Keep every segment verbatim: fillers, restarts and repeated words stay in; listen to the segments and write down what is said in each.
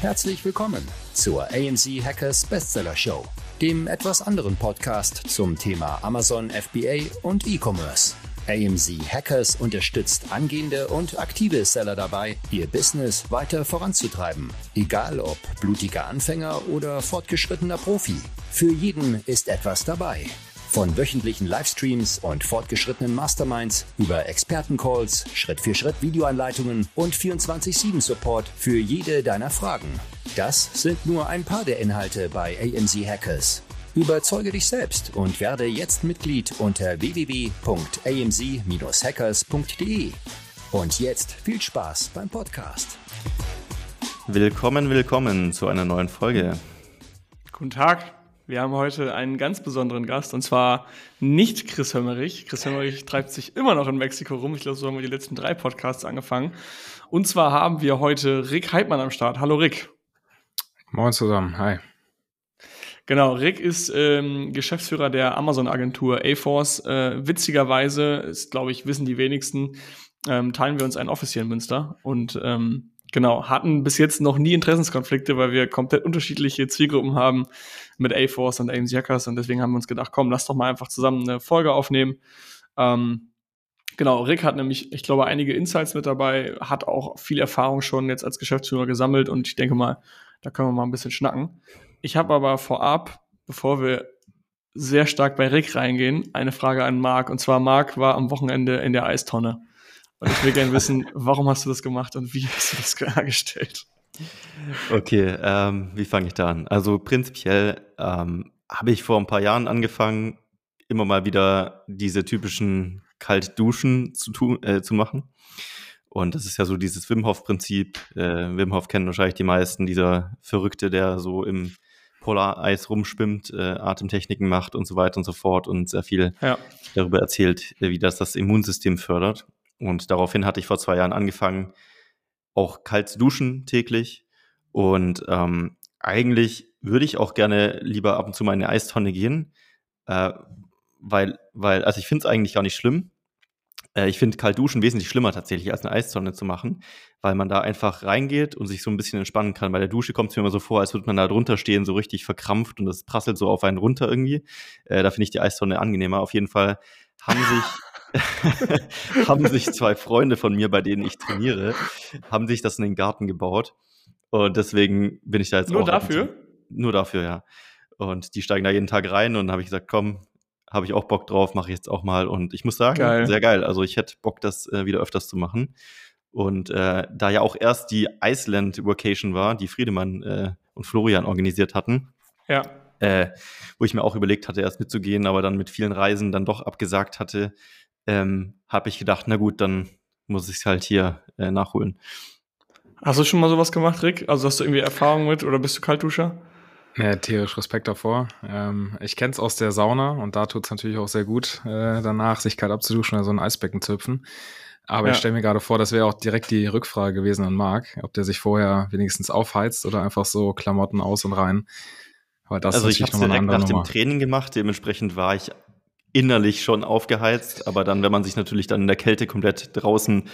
Herzlich willkommen zur A M Z Hackers Bestseller Show, dem etwas anderen Podcast zum Thema Amazon F B A und E-Commerce. A M Z Hackers unterstützt angehende und aktive Seller dabei, ihr Business weiter voranzutreiben. Egal ob blutiger Anfänger oder fortgeschrittener Profi. Für jeden ist etwas dabei. Von wöchentlichen Livestreams und fortgeschrittenen Masterminds über Expertencalls, Schritt-für-Schritt-Videoanleitungen und vierundzwanzig sieben Support für jede deiner Fragen. Das sind nur ein paar der Inhalte bei A M Z Hackers. Überzeuge dich selbst und werde jetzt Mitglied unter w w w punkt a m z dash hackers punkt d e. Und jetzt viel Spaß beim Podcast. Willkommen, willkommen zu einer neuen Folge. Guten Tag. Wir haben heute einen ganz besonderen Gast, und zwar nicht Chris Hömmerich. Chris Hömmerich treibt sich immer noch in Mexiko rum. Ich glaube, so haben wir die letzten drei Podcasts angefangen. Und zwar haben wir heute Rick Heidmann am Start. Hallo Rick. Moin zusammen, hi. Genau, Rick ist ähm, Geschäftsführer der Amazon-Agentur A-Force. Äh, witzigerweise, ist, glaube ich, wissen die wenigsten, ähm, teilen wir uns ein Office hier in Münster. Und ähm, genau, hatten bis jetzt noch nie Interessenskonflikte, weil wir komplett unterschiedliche Zielgruppen haben mit A-Force und A M Z Hackers. Und deswegen haben wir uns gedacht, komm, lass doch mal einfach zusammen eine Folge aufnehmen. Ähm, genau, Rick hat nämlich, ich glaube, einige Insights mit dabei, hat auch viel Erfahrung schon jetzt als Geschäftsführer gesammelt. Und ich denke mal, da können wir mal ein bisschen schnacken. Ich habe aber vorab, bevor wir sehr stark bei Rick reingehen, eine Frage an Marc. Und zwar, Marc war am Wochenende in der Eistonne. Und ich will gerne wissen, warum hast du das gemacht und wie hast du das hergestellt? Okay, ähm, wie fange ich da an? Also prinzipiell ähm, habe ich vor ein paar Jahren angefangen, immer mal wieder diese typischen Kaltduschen zu, tun, äh, zu machen. Und das ist ja so dieses Wim Hof-Prinzip. Äh, Wim Hof kennen wahrscheinlich die meisten, dieser Verrückte, der so im Polareis rumschwimmt, äh, Atemtechniken macht und so weiter und so fort und sehr viel ja. darüber erzählt, wie das das Immunsystem fördert. Und daraufhin hatte ich vor zwei Jahren angefangen, auch kalt zu duschen täglich. Und ähm, eigentlich würde ich auch gerne lieber ab und zu mal in eine Eistonne gehen, äh, weil, weil, also ich finde es eigentlich gar nicht schlimm. Äh, ich finde kalt duschen wesentlich schlimmer tatsächlich, als eine Eistonne zu machen, weil man da einfach reingeht und sich so ein bisschen entspannen kann. Bei der Dusche kommt es mir immer so vor, als würde man da drunter stehen, so richtig verkrampft und das prasselt so auf einen runter irgendwie. Äh, da finde ich die Eistonne angenehmer. Auf jeden Fall haben sich haben sich zwei Freunde von mir, bei denen ich trainiere, haben sich das in den Garten gebaut. Und deswegen bin ich da jetzt nur auch... Nur dafür? Nur dafür, ja. Und die steigen da jeden Tag rein und dann habe ich gesagt, komm, habe ich auch Bock drauf, mache ich jetzt auch mal. Und ich muss sagen, geil. sehr geil. Also ich hätte Bock, das äh, wieder öfters zu machen. Und äh, da ja auch erst die Iceland Vacation war, die Friedemann äh, und Florian organisiert hatten, ja. äh, wo ich mir auch überlegt hatte, erst mitzugehen, aber dann mit vielen Reisen dann doch abgesagt hatte, ähm, habe ich gedacht, na gut, dann muss ich es halt hier äh, nachholen. Hast du schon mal sowas gemacht, Rick? Also hast du irgendwie Erfahrung mit oder bist du Kaltduscher? Ja, tierisch Respekt davor. Ähm, ich kenne es aus der Sauna und da tut es natürlich auch sehr gut, äh, danach sich kalt abzuduschen oder so ein Eisbecken zu hüpfen. Aber ja. ich stelle mir gerade vor, das wäre auch direkt die Rückfrage gewesen an Marc, ob der sich vorher wenigstens aufheizt oder einfach so Klamotten aus und rein. Aber das also ist ich habe es direkt nach Nummer. dem Training gemacht, dementsprechend war ich innerlich schon aufgeheizt, aber dann, wenn man sich natürlich dann in der Kälte komplett draußen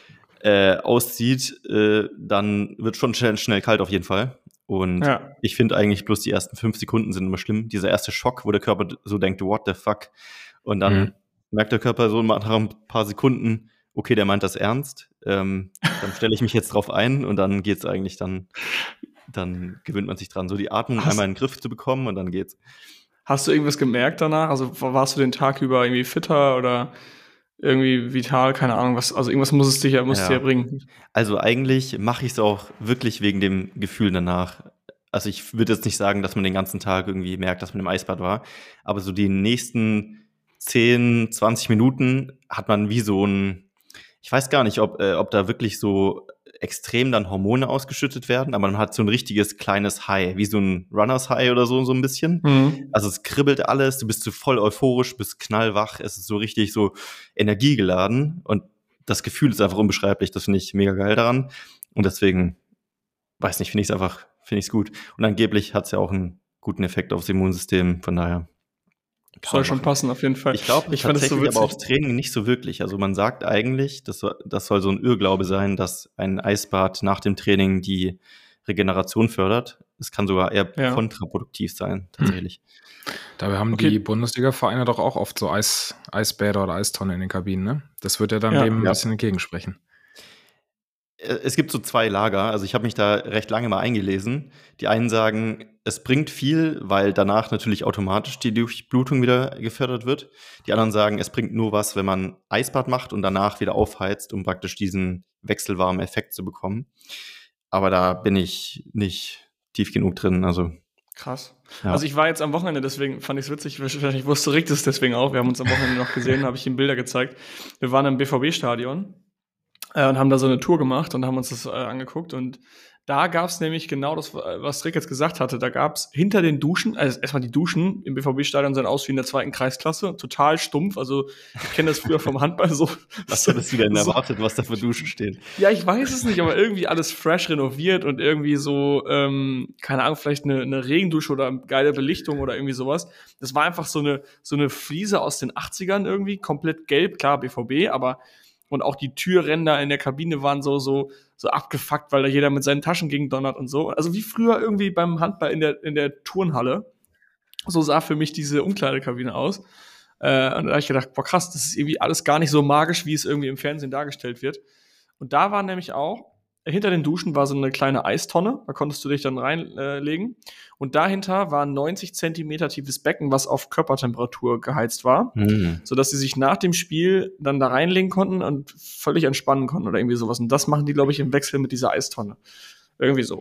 äh, auszieht, äh, dann wird schon schnell, schnell kalt auf jeden Fall. Und ja. ich finde eigentlich bloß die ersten fünf Sekunden sind immer schlimm. Dieser erste Schock, wo der Körper so denkt, what the fuck? Und dann mhm. merkt der Körper so nach ein paar Sekunden, okay, der meint das ernst. Ähm, dann stelle ich mich jetzt drauf ein und dann geht's eigentlich dann, dann gewöhnt man sich dran, so die Atmung Hast einmal in den Griff zu bekommen und dann geht's. Hast du irgendwas gemerkt danach? Also warst du den Tag über irgendwie fitter oder irgendwie vital? Keine Ahnung, was, also irgendwas muss es dich ja, muss ja. dir ja bringen. Also eigentlich mache ich es auch wirklich wegen dem Gefühl danach. Also ich würde jetzt nicht sagen, dass man den ganzen Tag irgendwie merkt, dass man im Eisbad war, aber so die nächsten zehn, zwanzig Minuten hat man wie so ein, ich weiß gar nicht, ob, äh, ob da wirklich so extrem dann Hormone ausgeschüttet werden, aber man hat so ein richtiges kleines High, wie so ein Runners High oder so, so ein bisschen. Mhm. Also es kribbelt alles, du bist so voll euphorisch, bist knallwach, es ist so richtig so energiegeladen und das Gefühl ist einfach unbeschreiblich, das finde ich mega geil daran und deswegen, weiß nicht, finde ich es einfach, finde ich es gut. Und angeblich hat es ja auch einen guten Effekt aufs Immunsystem, von daher. Soll schon passen, auf jeden Fall. Ich glaube ich tatsächlich so aber aufs Training nicht so wirklich. Also man sagt eigentlich, das soll, das soll so ein Irrglaube sein, dass ein Eisbad nach dem Training die Regeneration fördert. Es kann sogar eher Ja. kontraproduktiv sein, tatsächlich. Dabei haben Okay. die Bundesliga-Vereine doch auch oft so Eis, Eisbäder oder Eistonnen in den Kabinen, ne? Das wird ja dann Ja. dem ein Ja. bisschen entgegensprechen. Äh, Es gibt so zwei Lager, also ich habe mich da recht lange mal eingelesen. Die einen sagen, es bringt viel, weil danach natürlich automatisch die Durchblutung wieder gefördert wird. Die anderen sagen, es bringt nur was, wenn man Eisbad macht und danach wieder aufheizt, um praktisch diesen wechselwarmen Effekt zu bekommen. Aber da bin ich nicht tief genug drin, also Krass. Ja. Also ich war jetzt am Wochenende, deswegen fand ich es witzig, wahrscheinlich wusste Rick das deswegen auch. Wir haben uns am Wochenende noch gesehen, habe ich ihm Bilder gezeigt. Wir waren im B V B-Stadion äh, und haben da so eine Tour gemacht und haben uns das äh, angeguckt. Und da gab es nämlich genau das, was Rick jetzt gesagt hatte. Da gab es hinter den Duschen, also erstmal die Duschen im B V B-Stadion sahen aus wie in der zweiten Kreisklasse, total stumpf. Also ich kenne das früher vom Handball so. was hättest du denn so- erwartet, was da für Duschen stehen? Ja, ich weiß es nicht, aber irgendwie alles fresh renoviert und irgendwie so, ähm, keine Ahnung, vielleicht eine, eine Regendusche oder geile Belichtung oder irgendwie sowas. Das war einfach so eine, so eine Fliese aus den achtzigern irgendwie, komplett gelb, klar, B V B, aber und auch die Türränder in der Kabine waren so, so, so abgefuckt, weil da jeder mit seinen Taschen gegen donnert und so. Also wie früher irgendwie beim Handball in der, in der Turnhalle. So sah für mich diese Umkleidekabine aus. Äh, und da habe ich gedacht, boah krass, das ist irgendwie alles gar nicht so magisch, wie es irgendwie im Fernsehen dargestellt wird. Und da war nämlich auch, hinter den Duschen war so eine kleine Eistonne, da konntest du dich dann reinlegen. Äh, legen. Und dahinter war ein neunzig Zentimeter tiefes Becken, was auf Körpertemperatur geheizt war, Hm. sodass sie sich nach dem Spiel dann da reinlegen konnten und völlig entspannen konnten oder irgendwie sowas. Und das machen die, glaube ich, im Wechsel mit dieser Eistonne. Irgendwie so.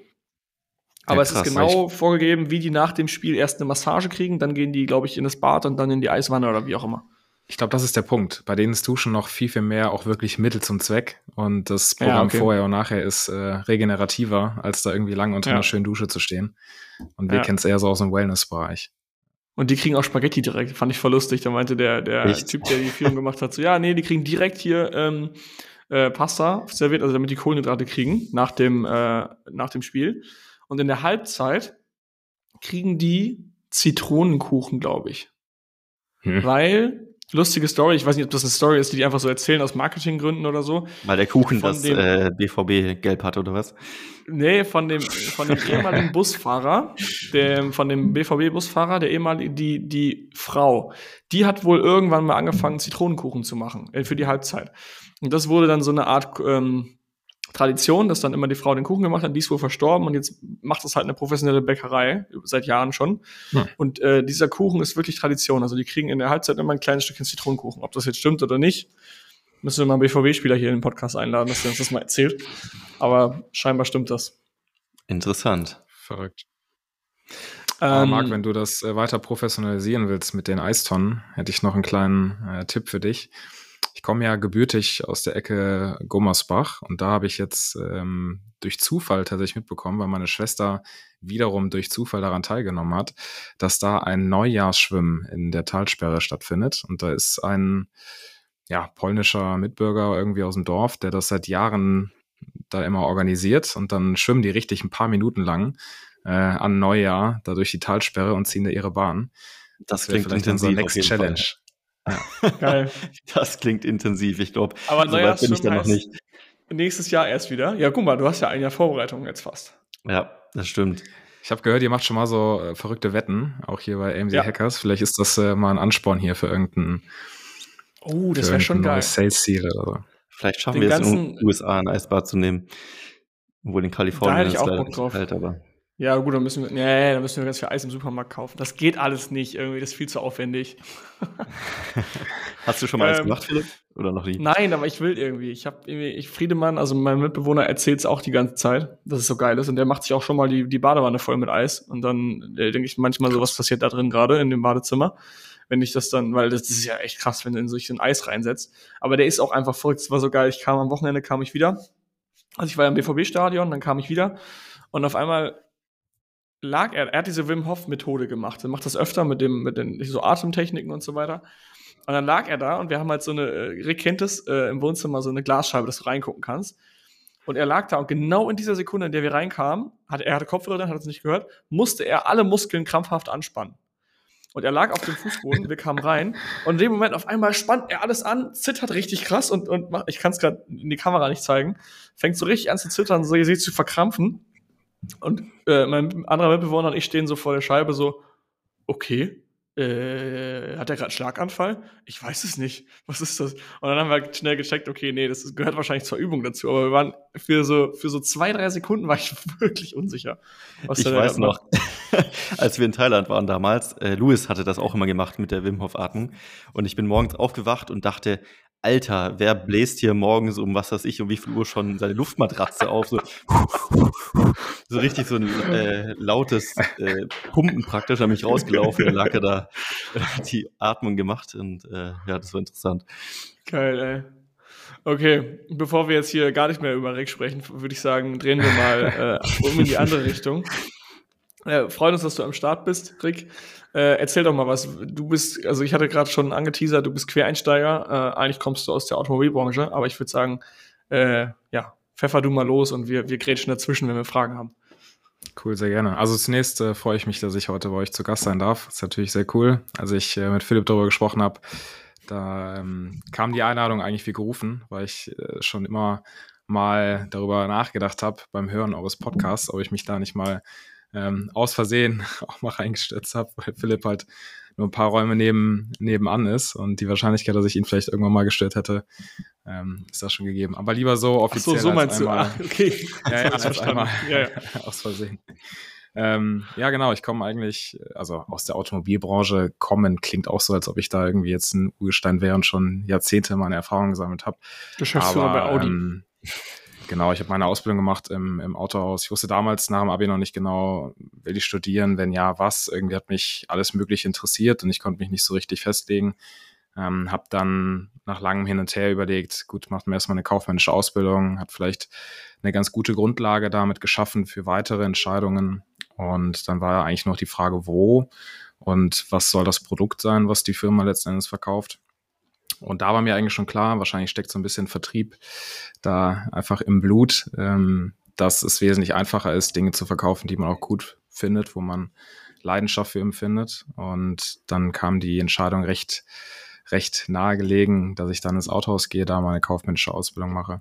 Aber Ja, es ist krass, genau vorgegeben, wie die nach dem Spiel erst eine Massage kriegen, dann gehen die, glaube ich, in das Bad und dann in die Eiswanne oder wie auch immer. Ich glaube, das ist der Punkt. Bei denen ist Duschen noch viel, viel mehr auch wirklich Mittel zum Zweck. Und das Ja, Programm okay. vorher und nachher ist äh, regenerativer, als da irgendwie lang unter Ja. einer schönen Dusche zu stehen. Und wir Ja. kennen es eher so aus dem Wellness-Bereich. Und die kriegen auch Spaghetti direkt. Fand ich voll lustig. Da meinte der, der Echt? Typ, der die Führung gemacht hat, so, ja, nee, die kriegen direkt hier ähm, äh, Pasta serviert, also damit die Kohlenhydrate kriegen nach dem, äh, nach dem Spiel. Und in der Halbzeit kriegen die Zitronenkuchen, glaube ich. Hm. Weil, lustige Story, ich weiß nicht, ob das eine Story ist, die die einfach so erzählen aus Marketinggründen oder so. Weil der Kuchen Von das dem- äh, B V B gelb hat, oder was? Nee, von dem, von dem ehemaligen Busfahrer, dem, von dem B V B-Busfahrer, der ehemalige, die, die Frau, die hat wohl irgendwann mal angefangen, Zitronenkuchen zu machen, äh, für die Halbzeit. Und das wurde dann so eine Art ähm, Tradition, dass dann immer die Frau den Kuchen gemacht hat, die ist wohl verstorben und jetzt macht es halt eine professionelle Bäckerei, seit Jahren schon. Hm. Und äh, dieser Kuchen ist wirklich Tradition. Also die kriegen in der Halbzeit immer ein kleines Stückchen Zitronenkuchen. Ob das jetzt stimmt oder nicht, müssen wir mal einen B V B-Spieler hier in den Podcast einladen, dass der uns das mal erzählt. Aber scheinbar stimmt das. Interessant. Verrückt. Aber Ähm, Marc, wenn du das äh, weiter professionalisieren willst mit den Eistonnen, hätte ich noch einen kleinen äh, Tipp für dich. Ich komme ja gebürtig aus der Ecke Gummersbach und da habe ich jetzt ähm, durch Zufall tatsächlich mitbekommen, weil meine Schwester wiederum durch Zufall daran teilgenommen hat, dass da ein Neujahrsschwimmen in der Talsperre stattfindet. Und da ist ein ja, polnischer Mitbürger irgendwie aus dem Dorf, der das seit Jahren da immer organisiert und dann schwimmen die richtig ein paar Minuten lang äh, an Neujahr da durch die Talsperre und ziehen da ihre Bahn. Das wäre klingt vielleicht intensiv. unsere auf Next jeden Challenge. Fall. geil. Das klingt intensiv, ich glaube. Aber So weit bin ich da noch heißt nicht. nächstes Jahr erst wieder. Ja, guck mal, du hast ja ein Jahr Vorbereitung jetzt fast. Ja, das stimmt. Ich habe gehört, ihr macht schon mal so äh, verrückte Wetten, auch hier bei A M C Ja. Hackers. Vielleicht ist das äh, mal ein Ansporn hier für irgendein, Oh, das für wäre schon irgendein geil. neues Sales-Ziel oder so. Vielleicht schaffen Den wir es in ganzen- den U S A ein Eisbad zu nehmen. Obwohl in Da Kalifornien hätte ich ist auch leider Bock nicht drauf. kalt, aber Ja, gut, dann müssen wir, nee, dann müssen wir ganz viel Eis im Supermarkt kaufen. Das geht alles nicht irgendwie, das ist viel zu aufwendig. hast du schon mal eins Ähm, gemacht, Philipp? Oder noch nie? Nein, aber ich will irgendwie. Ich habe irgendwie, ich Friedemann, also mein Mitbewohner, erzählt es auch die ganze Zeit, dass es so geil ist. Und der macht sich auch schon mal die, die Badewanne voll mit Eis. Und dann äh, denke ich manchmal so, was passiert da drin gerade in dem Badezimmer. Wenn ich das dann, weil das, das ist ja echt krass, wenn du in solch ein Eis reinsetzt. Aber der ist auch einfach verrückt. Es war so geil. Ich kam am Wochenende, kam ich wieder. Also ich war ja im B V B-Stadion, dann kam ich wieder. Und auf einmal lag er, er hat diese Wim Hof Methode gemacht. Er macht das öfter mit dem, mit den so Atemtechniken und so weiter. Und dann lag er da und wir haben halt so eine, äh, Rick kennt es, äh, im Wohnzimmer so eine Glasscheibe, dass du reingucken kannst. Und er lag da und genau in dieser Sekunde, in der wir reinkamen, hat, er hatte Kopfhörer drin, hat es nicht gehört, musste er alle Muskeln krampfhaft anspannen. Und er lag auf dem Fußboden, wir kamen rein und in dem Moment auf einmal spannt er alles an, zittert richtig krass und, und macht, ich kann es gerade in die Kamera nicht zeigen, fängt so richtig an zu zittern, so ihr seht zu verkrampfen. Und äh, mein anderer Mitbewohner und ich stehen so vor der Scheibe so, okay, äh, hat er gerade einen Schlaganfall? Ich weiß es nicht. Was ist das? Und dann haben wir halt schnell gecheckt, okay, nee, das gehört wahrscheinlich zur Übung dazu. Aber wir waren für so, für so zwei, drei Sekunden war ich wirklich unsicher. Was ich weiß noch, als wir in Thailand waren damals, äh, Louis hatte das auch immer gemacht mit der Wim Hof Atmung. Und ich bin morgens aufgewacht und dachte, Alter, wer bläst hier morgens um, was weiß ich, um wie viel Uhr schon seine Luftmatratze auf? So, so richtig so ein äh, lautes äh, Pumpen praktisch, habe mich rausgelaufen, da lag er da, hat die Atmung gemacht und äh, ja, das war interessant. Geil, ey. Okay, bevor wir jetzt hier gar nicht mehr über Rick sprechen, würde ich sagen, drehen wir mal äh, um in die andere Richtung. Äh, freut uns, dass du am Start bist, Rick. Äh, erzähl doch mal was. Du bist, also ich hatte gerade schon angeteasert, du bist Quereinsteiger. Äh, eigentlich kommst du aus der Automobilbranche, aber ich würde sagen, äh, ja, pfeffer du mal los und wir, wir grätschen dazwischen, wenn wir Fragen haben. Cool, sehr gerne. Also zunächst äh, freue ich mich, dass ich heute bei euch zu Gast sein darf. Das ist natürlich sehr cool. Als ich äh, mit Philipp darüber gesprochen habe, da ähm, kam die Einladung eigentlich wie gerufen, weil ich äh, schon immer mal darüber nachgedacht habe beim Hören eures Podcasts, ob ich mich da nicht mal ähm, aus Versehen auch mal reingestürzt habe, weil Philipp halt nur ein paar Räume neben, nebenan ist und die Wahrscheinlichkeit, dass ich ihn vielleicht irgendwann mal gestört hätte, ähm, ist da schon gegeben. Aber lieber so offiziell. Ach so, so meinst als einmal, du? Ah, okay. Ja, ja, als einmal ja, ja. aus Versehen. Ähm, ja, genau, ich komme eigentlich, also aus der Automobilbranche kommen, klingt auch so, als ob ich da irgendwie jetzt ein Urgestein wäre und schon Jahrzehnte meine Erfahrungen gesammelt habe. Geschäftsführer bei Audi. Ähm, genau, ich habe meine Ausbildung gemacht im, im Autohaus. Ich wusste damals nach dem Abi noch nicht genau, will ich studieren, wenn ja, was. Irgendwie hat mich alles Mögliche interessiert und ich konnte mich nicht so richtig festlegen. Ähm, habe dann nach langem Hin und Her überlegt, gut, macht mir erstmal eine kaufmännische Ausbildung, hat vielleicht eine ganz gute Grundlage damit geschaffen für weitere Entscheidungen. Und dann war eigentlich noch die Frage, wo und was soll das Produkt sein, was die Firma letzten Endes verkauft. Und da war mir eigentlich schon klar, wahrscheinlich steckt so ein bisschen Vertrieb da einfach im Blut, ähm, dass es wesentlich einfacher ist, Dinge zu verkaufen, die man auch gut findet, wo man Leidenschaft für empfindet. Und dann kam die Entscheidung recht, recht nahe gelegen, dass ich dann ins Autohaus gehe, da meine kaufmännische Ausbildung mache.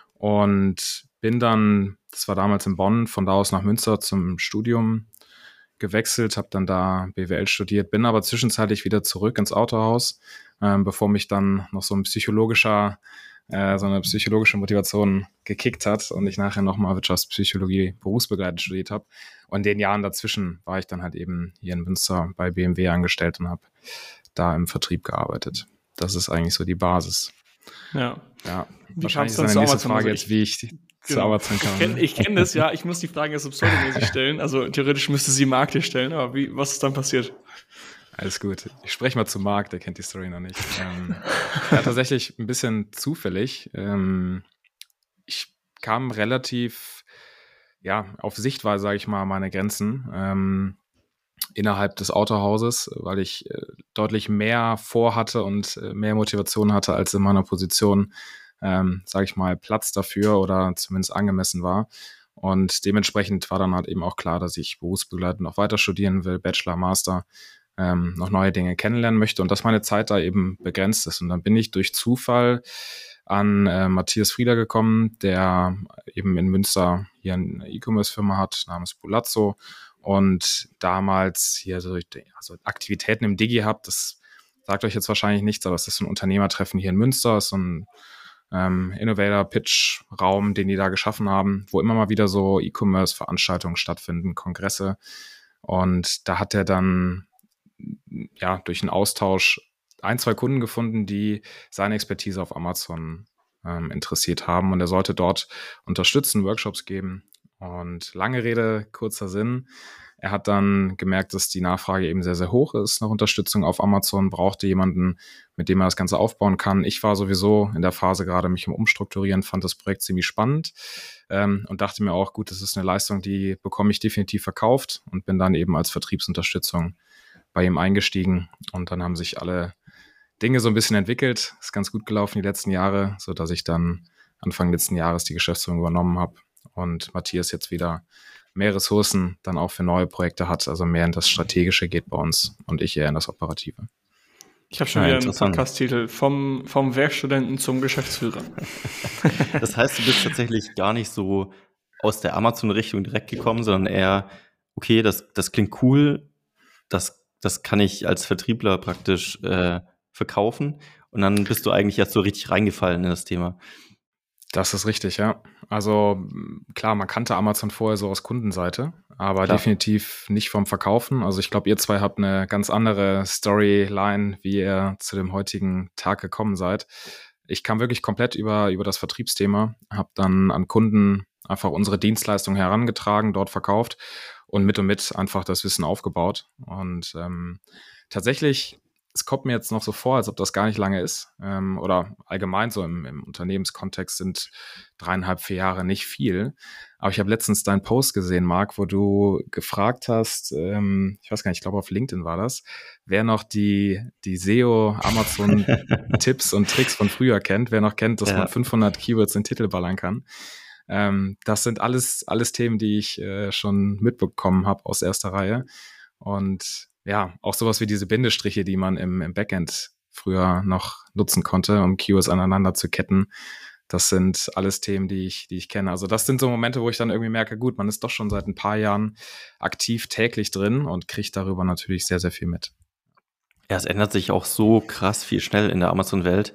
Und bin dann, das war damals in Bonn, von da aus nach Münster zum Studium gewechselt, habe dann da B W L studiert, bin aber zwischenzeitlich wieder zurück ins Autohaus, ähm, bevor mich dann noch so ein psychologischer, äh, so eine psychologische Motivation gekickt hat und ich nachher nochmal Wirtschaftspsychologie berufsbegleitend studiert habe. Und in den Jahren dazwischen war ich dann halt eben hier in Münster bei B M W angestellt und habe da im Vertrieb gearbeitet. Das ist eigentlich so die Basis. Ja. Ja. Wie Wahrscheinlich kam's ist dann eine zu nächste Amazon? Frage Also jetzt, wie ich zu Genau. Amazon kam. Ich kenne ich kenn das, ja. Ich muss die Fragen jetzt so pseudomäßig stellen. Also theoretisch müsste sie Marc dir stellen, aber wie, was ist dann passiert? Alles gut. Ich spreche mal zu Marc, der kennt die Story noch nicht. Ähm, ja, tatsächlich ein bisschen zufällig. Ähm, ich kam relativ, ja, auf Sichtweise, sage ich mal, meine Grenzen ähm, innerhalb des Autohauses, weil ich äh, deutlich mehr vorhatte und äh, mehr Motivation hatte, als in meiner Position, ähm, sage ich mal, Platz dafür oder zumindest angemessen war. Und dementsprechend war dann halt eben auch klar, dass ich berufsbegleitend noch weiter studieren will, Bachelor, Master, ähm, noch neue Dinge kennenlernen möchte und dass meine Zeit da eben begrenzt ist. Und dann bin ich durch Zufall an äh, Matthias Frieder gekommen, der eben in Münster hier eine E-Commerce-Firma hat namens Bulazzo und damals hier so also Aktivitäten im Digi-Hub, das sagt euch jetzt wahrscheinlich nichts, aber es ist so ein Unternehmertreffen hier in Münster, ist so ein ähm, Innovator-Pitch-Raum, den die da geschaffen haben, wo immer mal wieder so E-Commerce-Veranstaltungen stattfinden, Kongresse. Und da hat er dann ja durch einen Austausch ein, zwei Kunden gefunden, die seine Expertise auf Amazon ähm, interessiert haben. Und er sollte dort unterstützen, Workshops geben. Und lange Rede, kurzer Sinn. Er hat dann gemerkt, dass die Nachfrage eben sehr, sehr hoch ist nach Unterstützung auf Amazon, brauchte jemanden, mit dem er das Ganze aufbauen kann. Ich war sowieso in der Phase gerade mich im Umstrukturieren, fand das Projekt ziemlich spannend ähm, und dachte mir auch, gut, das ist eine Leistung, die bekomme ich definitiv verkauft und bin dann eben als Vertriebsunterstützung bei ihm eingestiegen. Und dann haben sich alle Dinge so ein bisschen entwickelt. Ist ganz gut gelaufen die letzten Jahre, sodass ich dann Anfang letzten Jahres die Geschäftsführung übernommen habe und Matthias jetzt wieder mehr Ressourcen dann auch für neue Projekte hat, also mehr in das Strategische geht bei uns und ich eher in das Operative. Ich habe schon Ja, wieder einen Podcast-Titel, vom, vom Werkstudenten zum Geschäftsführer. Das heißt, du bist tatsächlich gar nicht so aus der Amazon-Richtung direkt gekommen, sondern eher, okay, das, das klingt cool, das, das kann ich als Vertriebler praktisch äh, verkaufen und dann bist du eigentlich erst so richtig reingefallen in das Thema. Das ist richtig, ja. Also klar, man kannte Amazon vorher so aus Kundenseite, aber Klar. definitiv nicht vom Verkaufen. Also ich glaube, ihr zwei habt eine ganz andere Storyline, wie ihr zu dem heutigen Tag gekommen seid. Ich kam wirklich komplett über, über das Vertriebsthema, habe dann an Kunden einfach unsere Dienstleistung herangetragen, dort verkauft und mit und mit einfach das Wissen aufgebaut. Und ähm, tatsächlich, es kommt mir jetzt noch so vor, als ob das gar nicht lange ist. Ähm, oder allgemein so im, im Unternehmenskontext sind dreieinhalb, vier Jahre nicht viel. Aber ich habe letztens deinen Post gesehen, Marc, wo du gefragt hast, ähm, ich weiß gar nicht, ich glaube auf LinkedIn war das, wer noch die, die S E O-Amazon-Tipps und Tricks von früher kennt, wer noch kennt, dass Ja. man fünfhundert Keywords in den Titel ballern kann. Ähm, das sind alles, alles Themen, die ich äh, schon mitbekommen habe aus erster Reihe. Und ja, auch sowas wie diese Bindestriche, die man im, im Backend früher noch nutzen konnte, um Keywords aneinander zu ketten. Das sind alles Themen, die ich, die ich kenne. Also das sind so Momente, wo ich dann irgendwie merke, gut, man ist doch schon seit ein paar Jahren aktiv täglich drin und kriegt darüber natürlich sehr, sehr viel mit. Ja, es ändert sich auch so krass viel schnell in der Amazon-Welt.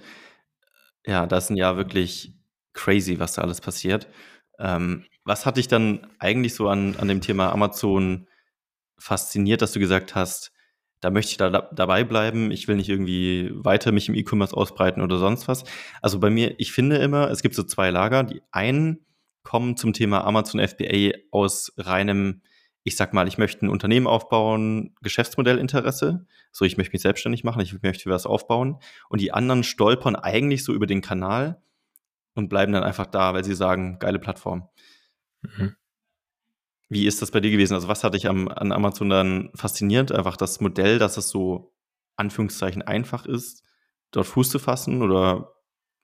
Ja, das ist ein Jahr wirklich crazy, was da alles passiert. Ähm, was hat dich dann eigentlich so an, an dem Thema Amazon fasziniert, dass du gesagt hast, da möchte ich da, dabei bleiben, ich will nicht irgendwie weiter mich im E-Commerce ausbreiten oder sonst was. Also bei mir, ich finde immer, es gibt so zwei Lager. Die einen kommen zum Thema Amazon F B A aus reinem, ich sag mal, ich möchte ein Unternehmen aufbauen, Geschäftsmodellinteresse. So, ich möchte mich selbstständig machen, ich möchte was aufbauen. Und die anderen stolpern eigentlich so über den Kanal und bleiben dann einfach da, weil sie sagen, geile Plattform. Mhm. Wie ist das bei dir gewesen? Also was hat dich am, an Amazon dann fasziniert? Einfach das Modell, dass es so Anführungszeichen einfach ist, dort Fuß zu fassen oder?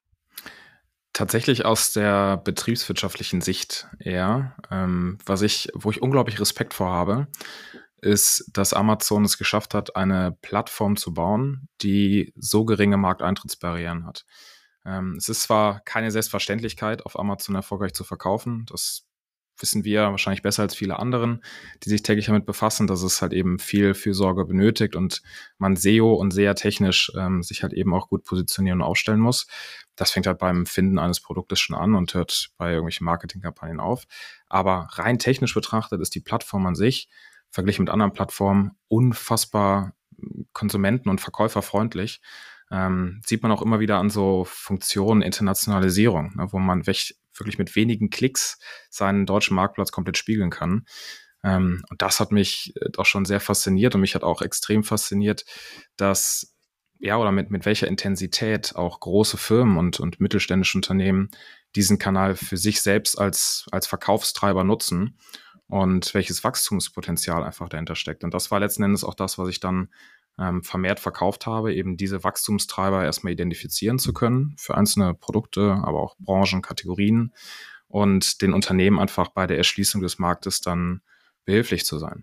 Tatsächlich aus der betriebswirtschaftlichen Sicht eher. Ähm, was ich, wo ich unglaublich Respekt vor habe, ist, dass Amazon es geschafft hat, eine Plattform zu bauen, die so geringe Markteintrittsbarrieren hat. Ähm, es ist zwar keine Selbstverständlichkeit, auf Amazon erfolgreich zu verkaufen. Das wissen wir wahrscheinlich besser als viele anderen, die sich täglich damit befassen, dass es halt eben viel Fürsorge benötigt und man S E O und S E A-technisch ähm, sich halt eben auch gut positionieren und aufstellen muss. Das fängt halt beim Finden eines Produktes schon an und hört bei irgendwelchen Marketingkampagnen auf. Aber rein technisch betrachtet ist die Plattform an sich, verglichen mit anderen Plattformen, unfassbar konsumenten- und verkäuferfreundlich. Ähm, sieht man auch immer wieder an so Funktionen Internationalisierung, ne, wo man weg, wirklich mit wenigen Klicks seinen deutschen Marktplatz komplett spiegeln kann. Ähm, und das hat mich doch schon sehr fasziniert und mich hat auch extrem fasziniert, dass, ja, oder mit, mit welcher Intensität auch große Firmen und, und mittelständische Unternehmen diesen Kanal für sich selbst als, als Verkaufstreiber nutzen und welches Wachstumspotenzial einfach dahinter steckt. Und das war letzten Endes auch das, was ich dann ähm, vermehrt verkauft habe, eben diese Wachstumstreiber erstmal identifizieren zu können für einzelne Produkte, aber auch Branchen, Kategorien und den Unternehmen einfach bei der Erschließung des Marktes dann behilflich zu sein.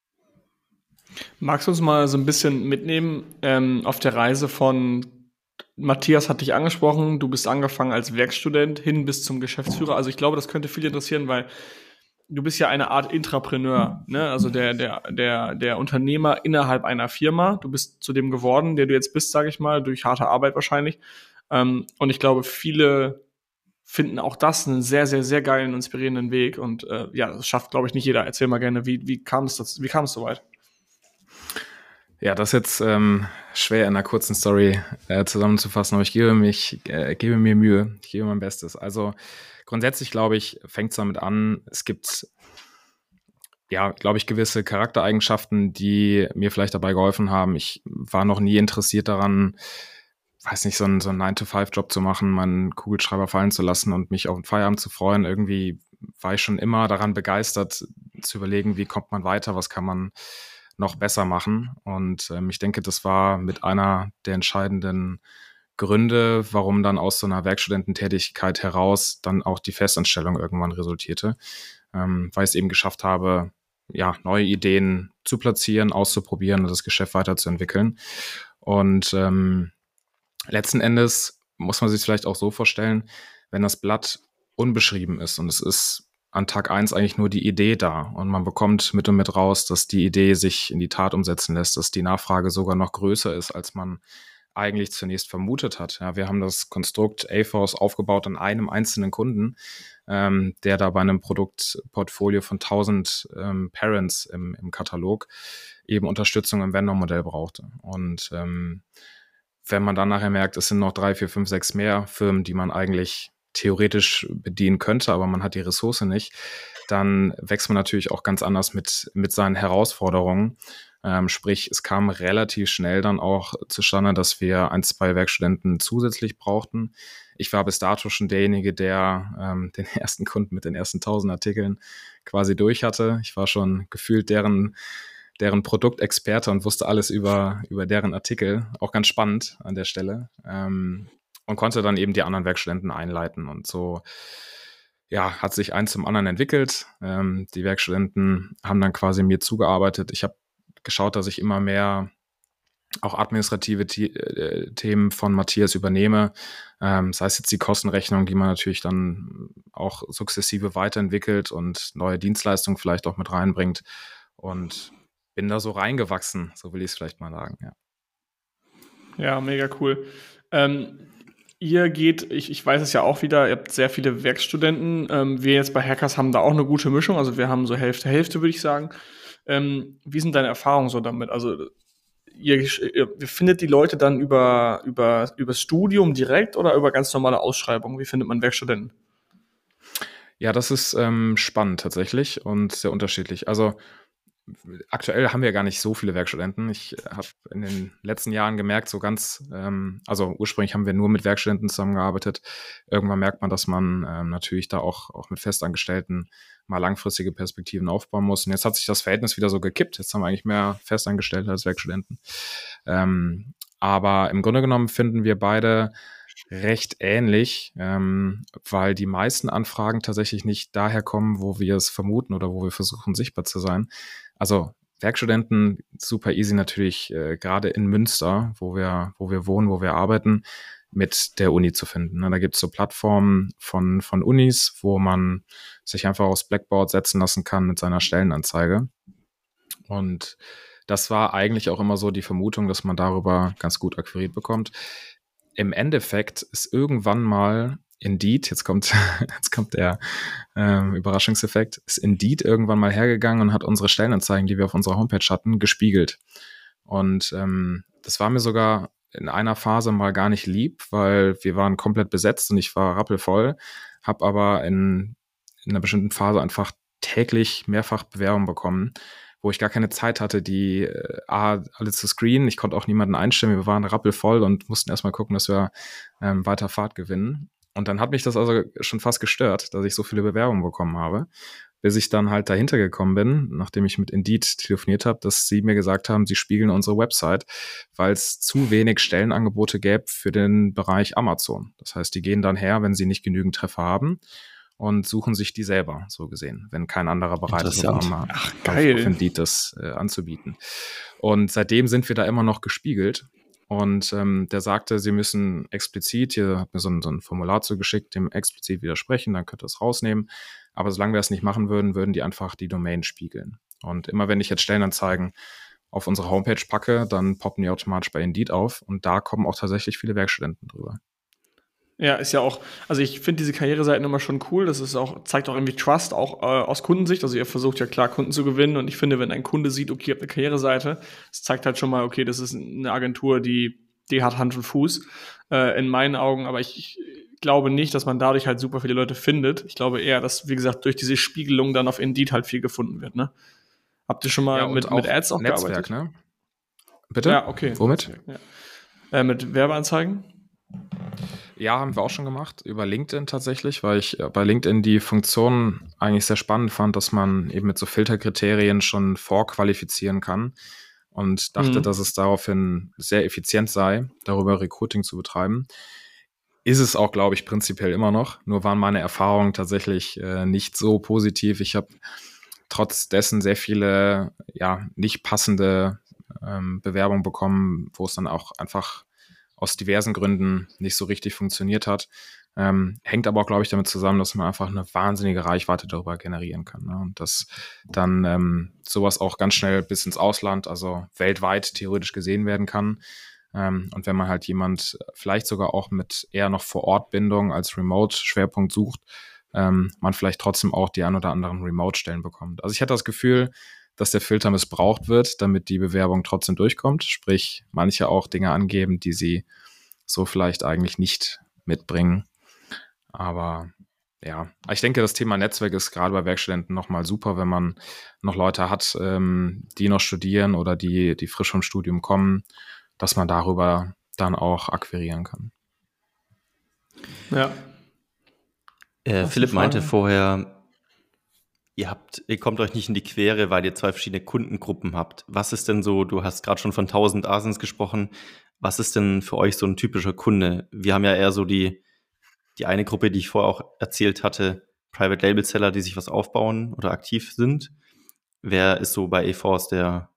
Magst du uns mal so ein bisschen mitnehmen ähm, auf der Reise von Matthias hat dich angesprochen, du bist angefangen als Werkstudent hin bis zum Geschäftsführer. Also ich glaube, das könnte viele interessieren, weil du bist ja eine Art Intrapreneur, ne? Also der, der, der, der Unternehmer innerhalb einer Firma. Du bist zu dem geworden, der du jetzt bist, sage ich mal, durch harte Arbeit wahrscheinlich. Ähm, und ich glaube, viele finden auch das einen sehr, sehr, sehr geilen, inspirierenden Weg. Und äh, ja, das schafft, glaube ich, nicht jeder. Erzähl mal gerne, wie, wie kam es das, wie kam es soweit? Ja, das ist jetzt ähm, schwer in einer kurzen Story äh, zusammenzufassen, aber ich gebe mich, äh, gebe mir Mühe, ich gebe mein Bestes. Also grundsätzlich, glaube ich, fängt es damit an, es gibt, ja, glaube ich, gewisse Charaktereigenschaften, die mir vielleicht dabei geholfen haben. Ich war noch nie interessiert daran, weiß nicht, so einen, so einen nine to five Job zu machen, meinen Kugelschreiber fallen zu lassen und mich auf den Feierabend zu freuen. Irgendwie war ich schon immer daran begeistert, zu überlegen, wie kommt man weiter, was kann man noch besser machen. Und ähm, ich denke, das war mit einer der entscheidenden Gründe, warum dann aus so einer Werkstudententätigkeit heraus dann auch die Festanstellung irgendwann resultierte, ähm, weil ich es eben geschafft habe, ja, neue Ideen zu platzieren, auszuprobieren und das Geschäft weiterzuentwickeln. Und ähm, letzten Endes muss man sich vielleicht auch so vorstellen, wenn das Blatt unbeschrieben ist und es ist an Tag eins eigentlich nur die Idee da und man bekommt mit und mit raus, dass die Idee sich in die Tat umsetzen lässt, dass die Nachfrage sogar noch größer ist, als man eigentlich zunächst vermutet hat. Ja, wir haben das Konstrukt A-Force aufgebaut an einem einzelnen Kunden, ähm, der da bei einem Produktportfolio von tausend ähm, Parents im, im Katalog eben Unterstützung im Vendor-Modell brauchte. Und ähm, wenn man dann nachher merkt, es sind noch drei, vier, fünf, sechs mehr Firmen, die man eigentlich theoretisch bedienen könnte, aber man hat die Ressource nicht, dann wächst man natürlich auch ganz anders mit, mit seinen Herausforderungen. Ähm, sprich, es kam relativ schnell dann auch zustande, dass wir ein, zwei Werkstudenten zusätzlich brauchten. Ich war bis dato schon derjenige, der ähm, den ersten Kunden mit den ersten tausend Artikeln quasi durch hatte. Ich war schon gefühlt deren deren Produktexperte und wusste alles über, über deren Artikel. Auch ganz spannend an der Stelle. Ähm, und konnte dann eben die anderen Werkstudenten einleiten. Und so ja, hat sich eins zum anderen entwickelt. Ähm, die Werkstudenten haben dann quasi mir zugearbeitet. Ich habe geschaut, dass ich immer mehr auch administrative The- äh, Themen von Matthias übernehme. Ähm, sei es jetzt die Kostenrechnung, die man natürlich dann auch sukzessive weiterentwickelt und neue Dienstleistungen vielleicht auch mit reinbringt. Und bin da so reingewachsen, so will ich es vielleicht mal sagen, ja. Ja, mega cool. Ähm, ihr geht, ich, ich weiß es ja auch wieder, ihr habt sehr viele Werkstudenten. Ähm, wir jetzt bei Hackers haben da auch eine gute Mischung, also wir haben so Hälfte, Hälfte, würde ich sagen. Ähm, wie sind deine Erfahrungen so damit? Also ihr, ihr findet die Leute dann über, über, übers Studium direkt oder über ganz normale Ausschreibungen? Wie findet man Werkstudenten? Ja, das ist ähm, spannend tatsächlich und sehr unterschiedlich. Also aktuell haben wir gar nicht so viele Werkstudenten. Ich habe in den letzten Jahren gemerkt, so ganz, ähm, also ursprünglich haben wir nur mit Werkstudenten zusammengearbeitet. Irgendwann merkt man, dass man ähm, natürlich da auch, auch mit Festangestellten mal langfristige Perspektiven aufbauen muss. Und jetzt hat sich das Verhältnis wieder so gekippt. Jetzt haben wir eigentlich mehr Festangestellte als Werkstudenten. Ähm, aber im Grunde genommen finden wir beide recht ähnlich, ähm, weil die meisten Anfragen tatsächlich nicht daher kommen, wo wir es vermuten oder wo wir versuchen, sichtbar zu sein. Also Werkstudenten, super easy natürlich, äh, gerade in Münster, wo wir, wo wir wohnen, wo wir arbeiten, mit der Uni zu finden. Da gibt es so Plattformen von, von Unis, wo man sich einfach aufs Blackboard setzen lassen kann mit seiner Stellenanzeige. Und das war eigentlich auch immer so die Vermutung, dass man darüber ganz gut akquiriert bekommt. Im Endeffekt ist irgendwann mal Indeed, jetzt kommt, jetzt kommt der ähm, Überraschungseffekt, ist Indeed irgendwann mal hergegangen und hat unsere Stellenanzeigen, die wir auf unserer Homepage hatten, gespiegelt. Und ähm, das war mir sogar in einer Phase mal gar nicht lieb, weil wir waren komplett besetzt und ich war rappelvoll, habe aber in, in einer bestimmten Phase einfach täglich mehrfach Bewerbungen bekommen, wo ich gar keine Zeit hatte, die äh, A, alle zu screenen. Ich konnte auch niemanden einstellen. Wir waren rappelvoll und mussten erstmal gucken, dass wir ähm, weiter Fahrt gewinnen. Und dann hat mich das also schon fast gestört, dass ich so viele Bewerbungen bekommen habe, bis ich dann halt dahinter gekommen bin, nachdem ich mit Indeed telefoniert habe, dass sie mir gesagt haben, sie spiegeln unsere Website, weil es zu wenig Stellenangebote gäbe für den Bereich Amazon. Das heißt, die gehen dann her, wenn sie nicht genügend Treffer haben, und suchen sich die selber, so gesehen, wenn kein anderer bereit ist, auf, Ach, auf Indeed das äh, anzubieten. Und seitdem sind wir da immer noch gespiegelt. Und ähm, der sagte, sie müssen explizit, hier hat mir so ein, so ein Formular zugeschickt, dem explizit widersprechen, dann könnt ihr es rausnehmen. Aber solange wir es nicht machen würden, würden die einfach die Domain spiegeln. Und immer wenn ich jetzt Stellenanzeigen auf unsere Homepage packe, dann poppen die automatisch bei Indeed auf. Und da kommen auch tatsächlich viele Werkstudenten drüber. Ja, ist ja auch, also ich finde diese Karriereseiten immer schon cool. Das ist auch, zeigt auch irgendwie Trust, auch äh, aus Kundensicht. Also ihr versucht ja klar, Kunden zu gewinnen. Und ich finde, wenn ein Kunde sieht, okay, ihr habt eine Karriereseite, das zeigt halt schon mal, okay, das ist eine Agentur, die, die hat Hand und Fuß, äh, in meinen Augen. Aber ich, ich glaube nicht, dass man dadurch halt super viele Leute findet. Ich glaube eher, dass, wie gesagt, durch diese Spiegelung dann auf Indeed halt viel gefunden wird, ne? Habt ihr schon mal ja, mit, auch mit Ads auch Netzwerk, gearbeitet? Ne? Bitte? Ja, okay. Womit? Ja. Äh, mit Werbeanzeigen? Ja, haben wir auch schon gemacht, über LinkedIn tatsächlich, weil ich bei LinkedIn die Funktion eigentlich sehr spannend fand, dass man eben mit so Filterkriterien schon vorqualifizieren kann und dachte, mhm. dass es daraufhin sehr effizient sei, darüber Recruiting zu betreiben. Ist es auch, glaube ich, prinzipiell immer noch, nur waren meine Erfahrungen tatsächlich äh, nicht so positiv. Ich habe trotz dessen sehr viele ja nicht passende ähm, Bewerbungen bekommen, wo es dann auch einfach aus diversen Gründen nicht so richtig funktioniert hat. Ähm, hängt aber auch, glaube ich, damit zusammen, dass man einfach eine wahnsinnige Reichweite darüber generieren kann. Ne? Und dass dann ähm, sowas auch ganz schnell bis ins Ausland, also weltweit theoretisch gesehen werden kann. Ähm, und wenn man halt jemand vielleicht sogar auch mit eher noch Vor-Ort-Bindung als Remote-Schwerpunkt sucht, ähm, man vielleicht trotzdem auch die ein oder anderen Remote-Stellen bekommt. Also ich hatte das Gefühl, dass der Filter missbraucht wird, damit die Bewerbung trotzdem durchkommt. Sprich, manche auch Dinge angeben, die sie so vielleicht eigentlich nicht mitbringen. Aber ja, ich denke, das Thema Netzwerk ist gerade bei Werkstudenten nochmal super, wenn man noch Leute hat, ähm, die noch studieren oder die, die frisch vom Studium kommen, dass man darüber dann auch akquirieren kann. Ja. Äh, Philipp meinte vorher, ihr habt, ihr kommt euch nicht in die Quere, weil ihr zwei verschiedene Kundengruppen habt. Was ist denn so, du hast gerade schon von tausend Asins gesprochen, was ist denn für euch so ein typischer Kunde? Wir haben ja eher so die, die eine Gruppe, die ich vorher auch erzählt hatte, Private Label Seller, die sich was aufbauen oder aktiv sind. Wer ist so bei A-Force der,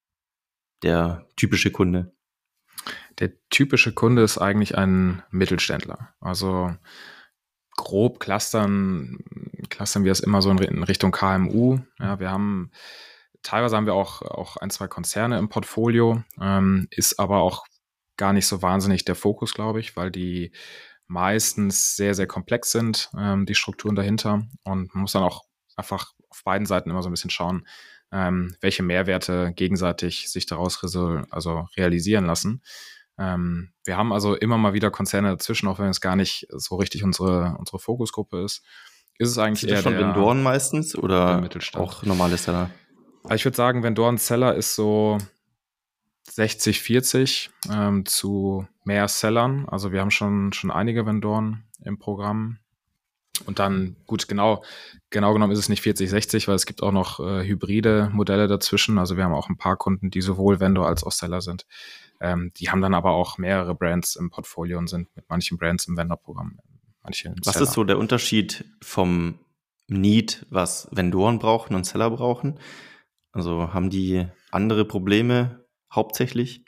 der typische Kunde? Der typische Kunde ist eigentlich ein Mittelständler. Also grob clustern, clustern wir es immer so in Richtung K M U. Ja, wir haben, teilweise haben wir auch, auch ein, zwei Konzerne im Portfolio, ähm, ist aber auch gar nicht so wahnsinnig der Fokus, glaube ich, weil die meistens sehr, sehr komplex sind, ähm, die Strukturen dahinter. Und man muss dann auch einfach auf beiden Seiten immer so ein bisschen schauen, ähm, welche Mehrwerte gegenseitig sich daraus resol- also realisieren lassen. Ähm, wir haben also immer mal wieder Konzerne dazwischen, auch wenn es gar nicht so richtig unsere, unsere Fokusgruppe ist. Ist es eigentlich Sind eher das schon der, Vendoren meistens oder der Mittelstand. auch normale Seller? Also ich würde sagen, Vendoren-Seller ist so sechzig vierzig ähm, zu mehr Sellern. Also wir haben schon, schon einige Vendoren im Programm. Und dann, gut, genau, genau genommen ist es nicht vierzig sechzig, weil es gibt auch noch äh, hybride Modelle dazwischen. Also wir haben auch ein paar Kunden, die sowohl Vendor als auch Seller sind. Ähm, die haben dann aber auch mehrere Brands im Portfolio und sind mit manchen Brands im Vendor-Programm. Manche Was Seller. ist so der Unterschied vom Need, was Vendoren brauchen und Seller brauchen? Also haben die andere Probleme hauptsächlich?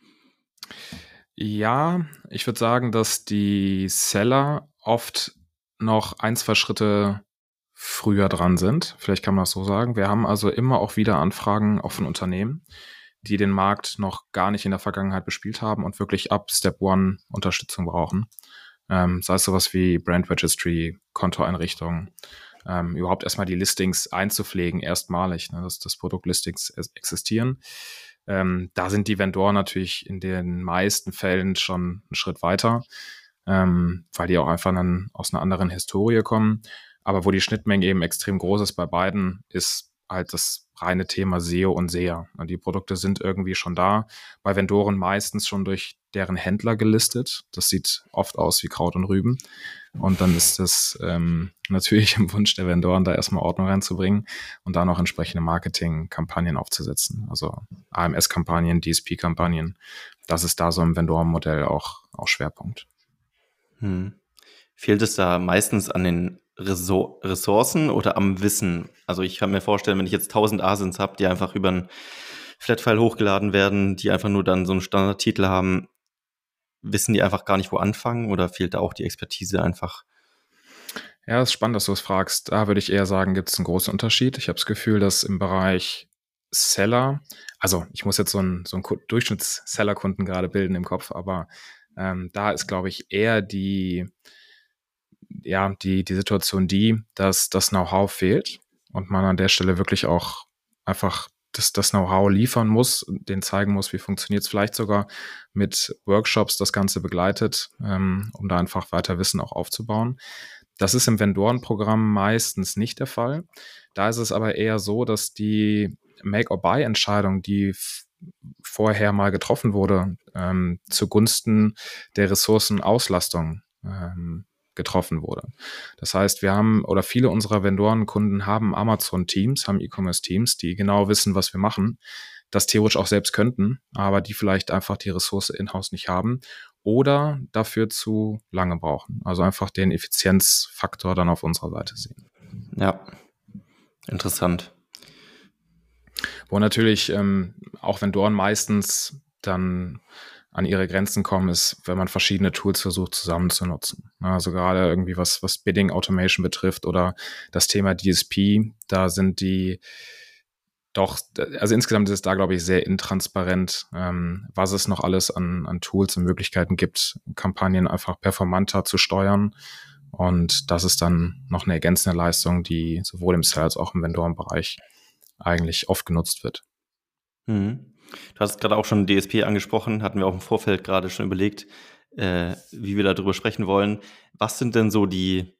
Ja, ich würde sagen, dass die Seller oft noch ein, zwei Schritte früher dran sind. Vielleicht kann man das so sagen. Wir haben also immer auch wieder Anfragen auch von Unternehmen, die den Markt noch gar nicht in der Vergangenheit bespielt haben und wirklich ab Step One Unterstützung brauchen. Ähm, sei es sowas wie Brand Registry, Kontoeinrichtungen, ähm, überhaupt erstmal die Listings einzupflegen, erstmalig, ne, dass das Produktlistings existieren. Ähm, da sind die Vendoren natürlich in den meisten Fällen schon einen Schritt weiter, ähm, weil die auch einfach dann aus einer anderen Historie kommen. Aber wo die Schnittmenge eben extrem groß ist bei beiden, ist halt das reine Thema S E O und S E A. Die Produkte sind irgendwie schon da. Bei Vendoren meistens schon durch deren Händler gelistet. Das sieht oft aus wie Kraut und Rüben. Und dann ist das ähm, natürlich im Wunsch der Vendoren, da erstmal Ordnung reinzubringen und da noch entsprechende Marketingkampagnen aufzusetzen. Also A M S-Kampagnen, D S P-Kampagnen. Das ist da so im Vendoren-Modell auch, auch Schwerpunkt. Hm. Fehlt es da meistens an den Ressourcen oder am Wissen? Also ich kann mir vorstellen, wenn ich jetzt tausend Asins habe, die einfach über einen Flatfile hochgeladen werden, die einfach nur dann so einen Standardtitel haben, wissen die einfach gar nicht, wo anfangen, oder fehlt da auch die Expertise einfach? Ja, das ist spannend, dass du es fragst. Da würde ich eher sagen, gibt es einen großen Unterschied. Ich habe das Gefühl, dass im Bereich Seller, also ich muss jetzt so einen, so einen Durchschnitts-Seller-Kunden gerade bilden im Kopf, aber ähm, da ist, glaube ich, eher die ja, die, die Situation die, dass das Know-how fehlt und man an der Stelle wirklich auch einfach das, das Know-how liefern muss, denen zeigen muss, wie funktioniert es, vielleicht sogar mit Workshops das Ganze begleitet, ähm, um da einfach weiter Wissen auch aufzubauen. Das ist im Vendoren-Programm meistens nicht der Fall. Da ist es aber eher so, dass die Make-or-Buy-Entscheidung, die f- vorher mal getroffen wurde, ähm, zugunsten der Ressourcenauslastung ähm, getroffen wurde. Das heißt, wir haben, oder viele unserer Vendorenkunden haben Amazon-Teams, haben E-Commerce-Teams, die genau wissen, was wir machen, das theoretisch auch selbst könnten, aber die vielleicht einfach die Ressource in-house nicht haben oder dafür zu lange brauchen. Also einfach den Effizienzfaktor dann auf unserer Seite sehen. Ja, interessant. Wo natürlich ähm, auch Vendoren meistens dann an ihre Grenzen kommen, ist, wenn man verschiedene Tools versucht zusammen zu nutzen. Also gerade irgendwie was, was Bidding Automation betrifft oder das Thema D S P, da sind die doch, also insgesamt ist es da, glaube ich, sehr intransparent, ähm, was es noch alles an, an Tools und Möglichkeiten gibt, Kampagnen einfach performanter zu steuern. Und das ist dann noch eine ergänzende Leistung, die sowohl im Sales als auch im Vendorenbereich eigentlich oft genutzt wird. Mhm. Du hast gerade auch schon D S P angesprochen, hatten wir auch im Vorfeld gerade schon überlegt, äh, wie wir darüber sprechen wollen. Was sind denn so die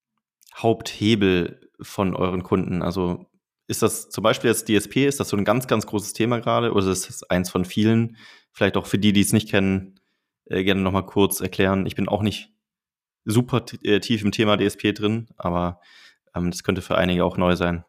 Haupthebel von euren Kunden? Also ist das zum Beispiel jetzt D S P, ist das so ein ganz, ganz großes Thema gerade oder ist das eins von vielen? Vielleicht auch für die, die es nicht kennen, äh, gerne nochmal kurz erklären. Ich bin auch nicht super t- äh, tief im Thema D S P drin, aber ähm, das könnte für einige auch neu sein.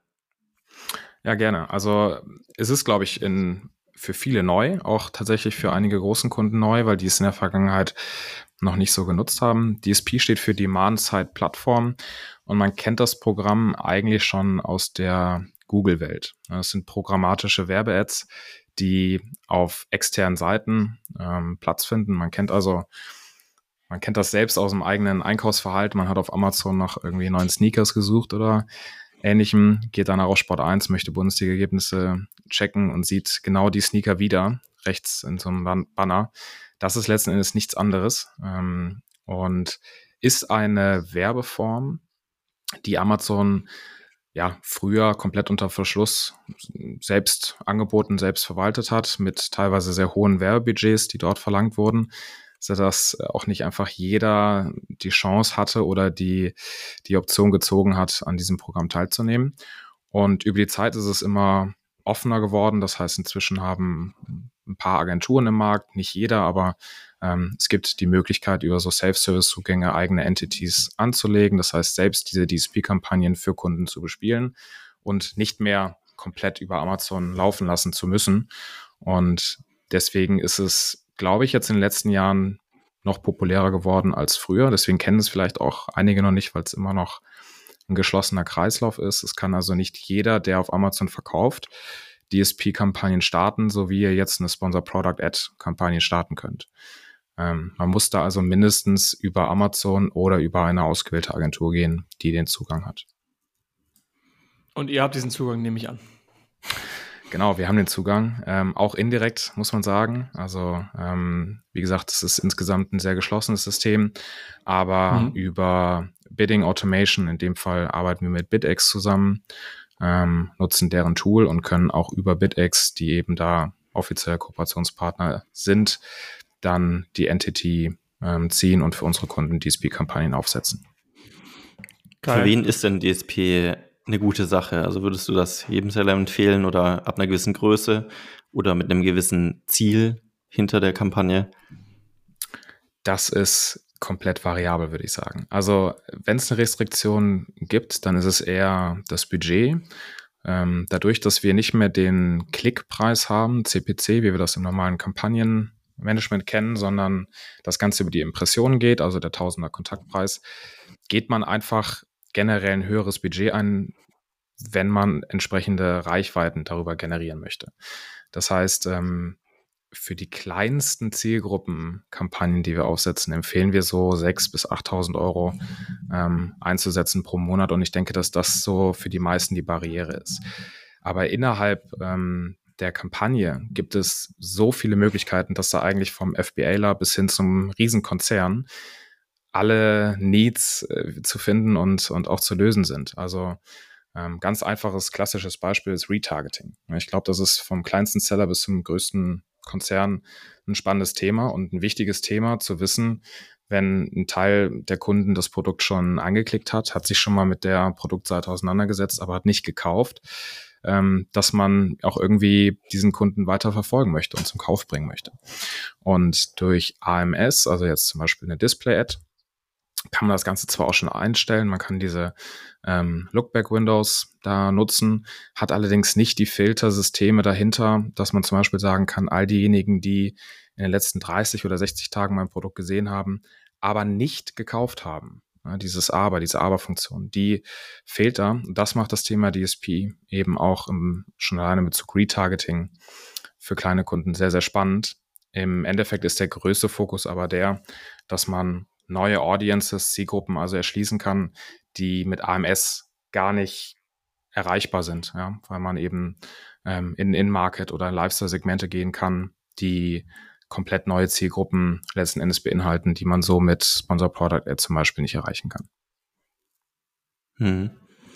Ja, gerne. Also es ist, glaube ich, in, für viele neu, auch tatsächlich für einige großen Kunden neu, weil die es in der Vergangenheit noch nicht so genutzt haben. D S P steht für Demand-Side Platform und man kennt das Programm eigentlich schon aus der Google-Welt. Das sind programmatische Werbe-Ads, die auf externen Seiten ähm, Platz finden. Man kennt also, man kennt das selbst aus dem eigenen Einkaufsverhalten. Man hat auf Amazon nach irgendwie neuen Sneakers gesucht oder Ähnlichem, geht dann auf Sport eins, möchte Bundesliga-Ergebnisse checken und sieht genau die Sneaker wieder, rechts in so einem Banner. Das ist letzten Endes nichts anderes ähm, und ist eine Werbeform, die Amazon ja früher komplett unter Verschluss selbst angeboten, selbst verwaltet hat, mit teilweise sehr hohen Werbebudgets, die dort verlangt wurden, sodass auch nicht einfach jeder die Chance hatte oder die, die Option gezogen hat, an diesem Programm teilzunehmen. Und über die Zeit ist es immer offener geworden. Das heißt, inzwischen haben ein paar Agenturen im Markt, nicht jeder, aber ähm, es gibt die Möglichkeit, über so Self-Service-Zugänge eigene Entities anzulegen. Das heißt, selbst diese D S P-Kampagnen für Kunden zu bespielen und nicht mehr komplett über Amazon laufen lassen zu müssen. Und deswegen ist es, glaube ich, jetzt in den letzten Jahren noch populärer geworden als früher. Deswegen kennen es vielleicht auch einige noch nicht, weil es immer noch ein geschlossener Kreislauf ist. Es kann also nicht jeder, der auf Amazon verkauft, D S P-Kampagnen starten, so wie ihr jetzt eine Sponsor-Product-Ad-Kampagne starten könnt. Ähm, man muss da also mindestens über Amazon oder über eine ausgewählte Agentur gehen, die den Zugang hat. Und ihr habt diesen Zugang, nehme ich an. Genau, wir haben den Zugang, ähm, auch indirekt, muss man sagen. Also, ähm, wie gesagt, es ist insgesamt ein sehr geschlossenes System, aber mhm. über Bidding Automation, in dem Fall arbeiten wir mit BidX zusammen, ähm, nutzen deren Tool und können auch über BidX, die eben da offiziell Kooperationspartner sind, dann die Entity ähm, ziehen und für unsere Kunden D S P-Kampagnen aufsetzen. Geil. Für wen ist denn D S P eine gute Sache? Also würdest du das jedem Seller empfehlen oder ab einer gewissen Größe oder mit einem gewissen Ziel hinter der Kampagne? Das ist komplett variabel, würde ich sagen. Also wenn es eine Restriktion gibt, dann ist es eher das Budget. Ähm, dadurch, dass wir nicht mehr den Klickpreis haben, C P C, wie wir das im normalen Kampagnenmanagement kennen, sondern das Ganze über die Impressionen geht, also der Tausender Kontaktpreis, geht man einfach generell ein höheres Budget ein, wenn man entsprechende Reichweiten darüber generieren möchte. Das heißt, ähm, für die kleinsten Zielgruppenkampagnen, die wir aufsetzen, empfehlen wir so sechstausend bis achttausend Euro ähm, einzusetzen pro Monat. Und ich denke, dass das so für die meisten die Barriere ist. Aber innerhalb ähm, der Kampagne gibt es so viele Möglichkeiten, dass da eigentlich vom FBAler bis hin zum Riesenkonzern alle Needs äh, zu finden und, und auch zu lösen sind. Also ähm, ganz einfaches, klassisches Beispiel ist Retargeting. Ich glaube, das ist vom kleinsten Seller bis zum größten Konzern ein spannendes Thema und ein wichtiges Thema zu wissen, wenn ein Teil der Kunden das Produkt schon angeklickt hat, hat sich schon mal mit der Produktseite auseinandergesetzt, aber hat nicht gekauft, ähm, dass man auch irgendwie diesen Kunden weiter verfolgen möchte und zum Kauf bringen möchte. Und durch A M S, also jetzt zum Beispiel eine Display-Ad, kann man das Ganze zwar auch schon einstellen, man kann diese ähm, Lookback-Windows da nutzen, hat allerdings nicht die Filtersysteme dahinter, dass man zum Beispiel sagen kann, all diejenigen, die in den letzten dreißig oder sechzig Tagen mein Produkt gesehen haben, aber nicht gekauft haben, ja, dieses Aber, diese Aber-Funktion, die fehlt da. Das macht das Thema D S P eben auch im, schon alleine mit Bezug Retargeting für kleine Kunden sehr, sehr spannend, Im Endeffekt ist der größte Fokus aber der, dass man neue Audiences, Zielgruppen also erschließen kann, die mit A M S gar nicht erreichbar sind, ja, weil man eben ähm, in In-Market oder Lifestyle-Segmente gehen kann, die komplett neue Zielgruppen letzten Endes beinhalten, die man so mit Sponsor Product Ad zum Beispiel nicht erreichen kann. Hm.